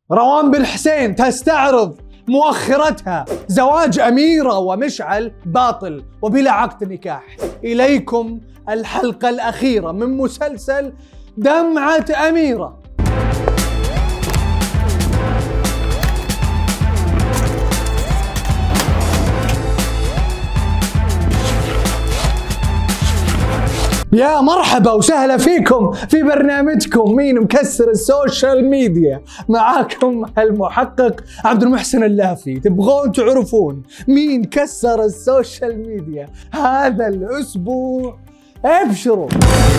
روان بن حسين تستعرض مؤخرتها زواج أميرة ومشعل باطل وبلا عقد نكاح. إليكم الحلقة الأخيرة من مسلسل دمعة أميرة. يا مرحبا وسهلا فيكم في برنامجكم مين مكسر السوشيال ميديا. معاكم المحقق عبد المحسن اللافي. تبغون تعرفون مين كسر السوشيال ميديا هذا الأسبوع؟ ابشروا.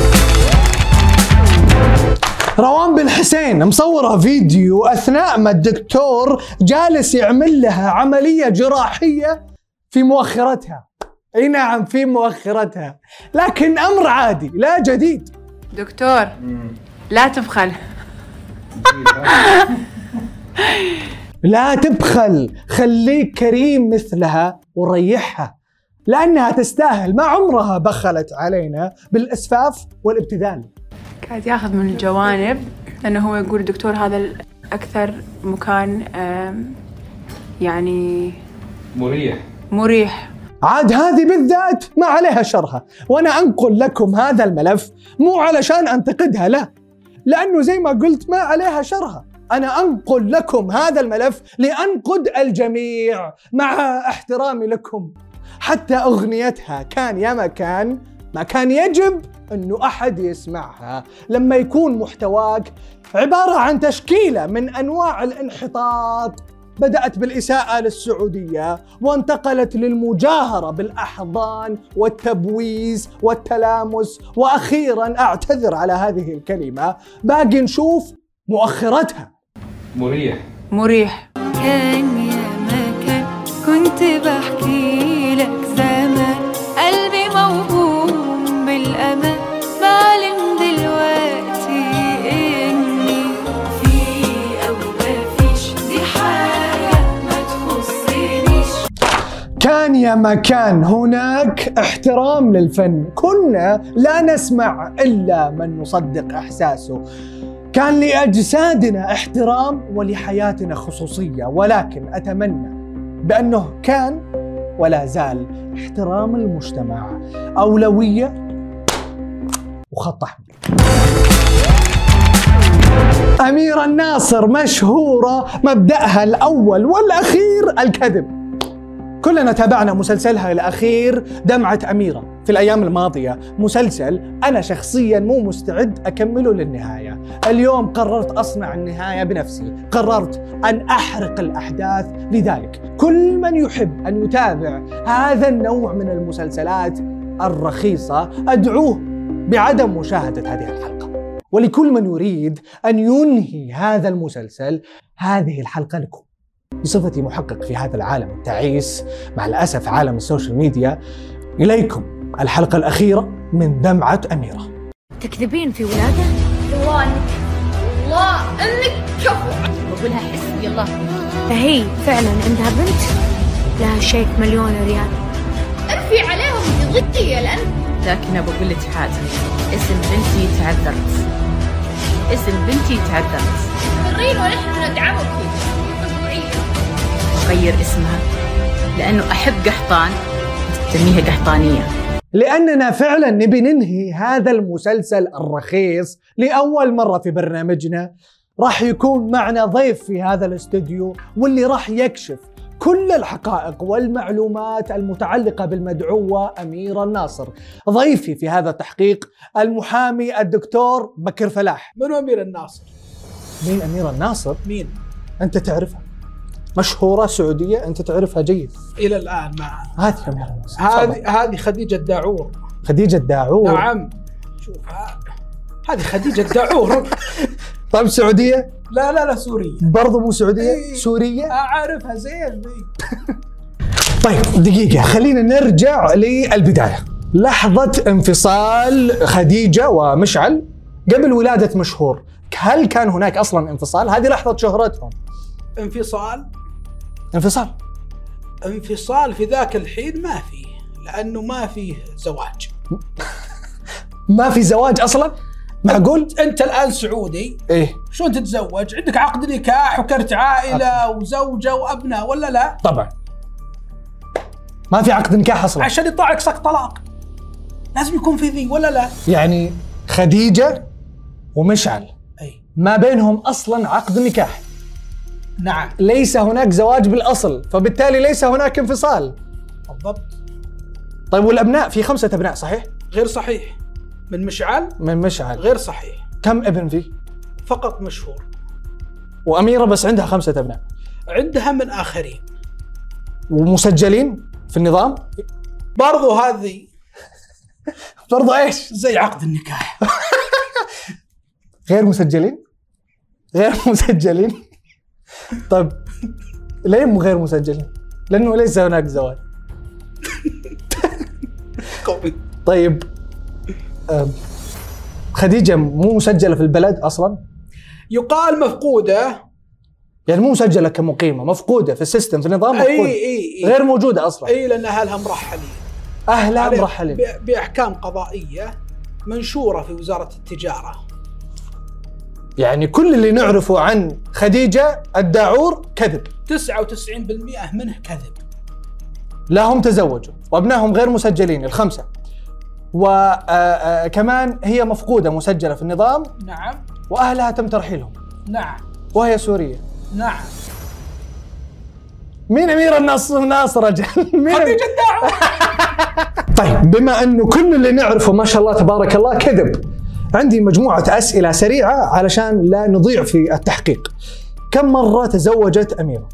روان بن حسين مصورة فيديو أثناء ما الدكتور جالس يعمل لها عملية جراحية في مؤخرتها. اي نعم، في مؤخرتها، لكن امر عادي لا جديد. دكتور لا تبخل. لا تبخل، خليك كريم مثلها وريحها لانها تستاهل. ما عمرها بخلت علينا بالاسفاف والابتذال. قاعد ياخذ من الجوانب لانه هو يقول الدكتور هذا اكثر مكان يعني مريح. عاد هذه بالذات ما عليها شرها، وأنا أنقل لكم هذا الملف مو علشان أنتقدها، لا، لأنه زي ما قلت ما عليها شرها. أنا أنقل لكم هذا الملف لأنقد الجميع مع احترامي لكم. حتى أغنيتها كان يا مكان ما كان يجب أنه أحد يسمعها لما يكون محتواك عبارة عن تشكيلة من أنواع الانحطاط. بدأت بالإساءة للسعودية وانتقلت للمجاهرة بالأحضان والتبويز والتلامس، وأخيراً أعتذر على هذه الكلمة، باقي نشوف مؤخرتها. مريح. كان يا مكان كنت بحكي لك زمان، قلبي موهوم بالأمان، بعلم دلوقتي إني في أو ما فيش، دي حاجة ما تخصنيش. كان يا مكان هناك احترام للفن، كنا لا نسمع إلا من نصدق إحساسه. كان لأجسادنا احترام ولحياتنا خصوصية، ولكن أتمنى بأنه كان ولا زال احترام المجتمع أولوية وخط أحمر. أميرة الناصر مشهورة مبدأها الأول والأخير الكذب. كلنا تابعنا مسلسلها الأخير دمعة أميرة في الأيام الماضية، مسلسل أنا شخصياً مو مستعد أكمله للنهاية. اليوم قررت أصنع النهاية بنفسي، قررت أن أحرق الأحداث. لذلك كل من يحب أن يتابع هذا النوع من المسلسلات الرخيصة أدعوه بعدم مشاهدة هذه الحلقة. ولكل من يريد أن ينهي هذا المسلسل، هذه الحلقة لكم. بصفتي محقق في هذا العالم التعيس مع الأسف عالم السوشيال ميديا، إليكم الحلقة الأخيرة من دمعة أميرة. تكذبين في ولادة؟ والله انك كفو. بقولها حسبي الله. فهي فعلا عندها بنت لها شيك $1,000,000. ارفي عليهم ضدي الان. لكن بقول لك حاجة، اسم بنتي تعذرت. ترين ونحن ندعمك. غير اسمها لأنه أحب قحطان، تسميها قحطانية. لأننا فعلا نبي ننهي هذا المسلسل الرخيص لأول مرة في برنامجنا. راح يكون معنا ضيف في هذا الاستوديو واللي راح يكشف كل الحقائق والمعلومات المتعلقة بالمدعوة أميرة الناصر. ضيفي في هذا التحقيق المحامي الدكتور بكر فلاح. من أميرة الناصر؟ مين أميرة الناصر؟ مين؟ أنت تعرفها، مشهورة سعودية، أنت تعرفها جيد. إلى الآن مع هذه أميرة الناصر. هذه خديجة داعور. خديجة داعور؟ نعم. شوف هذه خديجة داعور. طيب سعودية؟ لا سورية. برضو مو سعودية؟ إيه. سورية؟ أعرفها زين. طيب دقيقة، خلينا نرجع للبداية. لحظة انفصال خديجة ومشعل قبل ولادة مشهور، هل كان هناك أصلا انفصال؟ هذه لحظة شهرتهم. انفصال في ذاك الحين ما فيه، لأنه ما فيه زواج. ما في زواج أصلا؟ معقول؟ انت الان سعودي، ايه شلون تتزوج؟ عندك عقد نكاح وكرت عائله وزوجه وابناء ولا لا؟ طبعا ما في عقد نكاح اصلا، عشان يطلع لك سقط طلاق لازم يكون في ذي ولا لا؟ يعني خديجة ومشعل اي ما بينهم اصلا عقد نكاح، نعم ليس هناك زواج بالاصل، فبالتالي ليس هناك انفصال. بالضبط. طيب والابناء، في 5 ابناء صحيح؟ غير صحيح. من مشعل من مشعل غير صحيح. كم ابن فيه؟ فقط مشهور. وأميرة بس عندها 5 أبناء. عندها من آخرين ومسجلين في النظام؟ برضو هذه برضو ايش؟ زي عقد النكاح. غير مسجلين؟ غير مسجلين؟ طيب ليه مو غير مسجلين؟ لأنه ليس هناك زواج. قوي. طيب خديجة مو مسجلة في البلد أصلاً؟ يقال مفقودة، يعني مو مسجلة كمقيمة، مفقودة في السيستم، في النظام مفقودة. أي غير موجودة أصلاً. أي لأن أهلها مرحلين. أهلها مرحلين بأحكام قضائية منشورة في وزارة التجارة. يعني كل اللي نعرفه عن خديجة الداعور كذب. 99% منه كذب. لا هم تزوجوا وأبنائهم غير مسجلين ال5، وكمان هي مفقودة مسجلة في النظام. نعم. وأهلها تم ترحيلهم. نعم. وهي سورية. نعم. مين أميرة الناصر رجل؟ خديجة الداعور. طيب بما أنه كل اللي نعرفه ما شاء الله تبارك الله كذب، عندي مجموعة أسئلة سريعة علشان لا نضيع في التحقيق. كم مرة تزوجت أميرة؟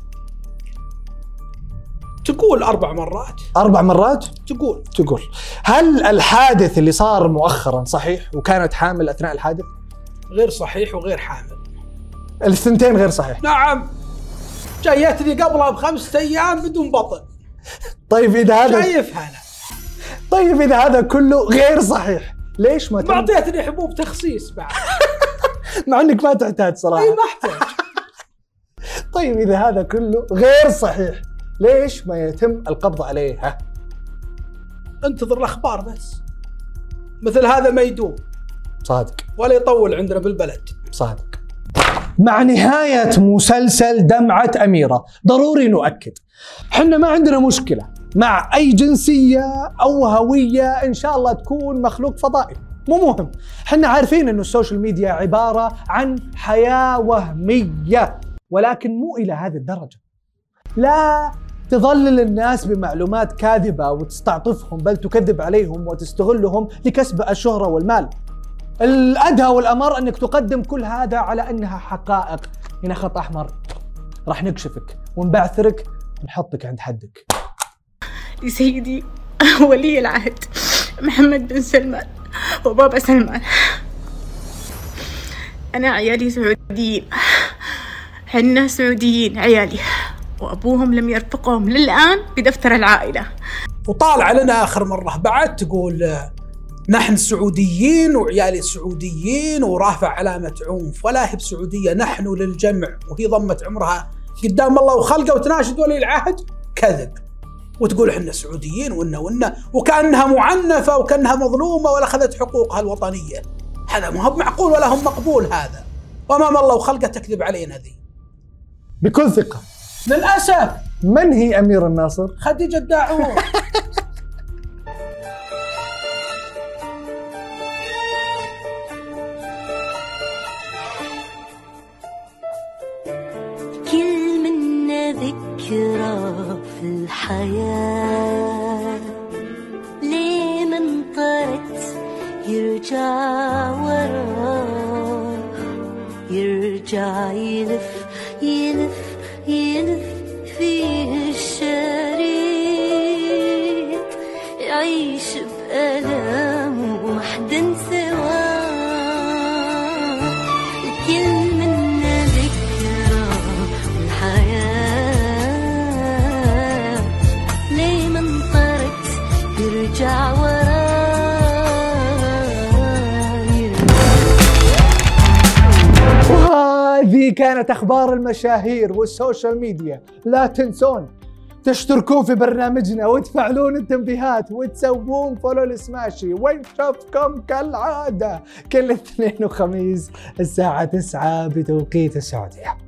تقول 4 مرات. 4 مرات؟ تقول. هل الحادث اللي صار مؤخرا صحيح وكانت حامل أثناء الحادث؟ غير صحيح وغير حامل. الثنتين غير صحيح. نعم. جايتني قبلها ب5 أيام بدون بطن. طيب إذا هذا شايفها أنا. طيب إذا هذا كله غير صحيح ليش ما معطيتني حبوب تخسيس بعد. مع انك ما تحتاج صراحة. اي ما احتاج. طيب إذا هذا كله غير صحيح ليش ما يتم القبض عليها؟ انتظر الأخبار بس. مثل هذا ما يدوم. صادق. ولا يطول عندنا بالبلد. صادق. مع نهاية مسلسل دمعة أميرة ضروري نؤكد حنا ما عندنا مشكلة مع أي جنسية أو هوية إن شاء الله تكون مخلوق فضائي، مو مهم. حنا عارفين إنه السوشيال ميديا عبارة عن حياة وهمية، ولكن مو إلى هذه الدرجة. لا تضلل الناس بمعلومات كاذبة وتستعطفهم، بل تكذب عليهم وتستغلهم لكسب الشهرة والمال. الأدهى والأمر أنك تقدم كل هذا على أنها حقائق. هنا خط أحمر، راح نكشفك ونبعثرك ونحطك عند حدك. لسيدي ولي العهد محمد بن سلمان وبابا سلمان، أنا عيالي سعوديين، حنا سعوديين عيالي، وأبوهم لم يرفقهم للآن بدفتر العائلة. وطالع لنا آخر مرة بعد تقول نحن سعوديين وعيالي سعوديين ورافع علامة عنف، ولا هي بسعودية، نحن للجمع، وهي ضمت عمرها قدام الله وخلقه وتناشد ولي العهد. كذب. وتقول احنا سعوديين وإنا وكأنها معنفة وكأنها مظلومة ولا أخذت حقوقها الوطنية. هذا ما هو معقول ولا هم مقبول هذا. وأمام الله وخلقه تكذب علينا ذي بكل ثقة. للأسف. من هي أميرة الناصر؟ خديجة الداعور. كل منا ذكرى في الحياة، ليه من طرت يرجع وراه، يرجع يلف يلف يلف فيه الشريط، يعيش بألم وحدن سواه. كل منا ذكرى الحياة، ليه من طرت يرجع وراه. وهذه كانت أخبار المشاهير والسوشيال ميديا. لا تنسون تشتركون في برنامجنا وتفعلون التنبيهات وتسوون فولو لسماشي، ونشوفكم كالعادة كل اثنين وخميس الساعة 9 بتوقيت السعودية.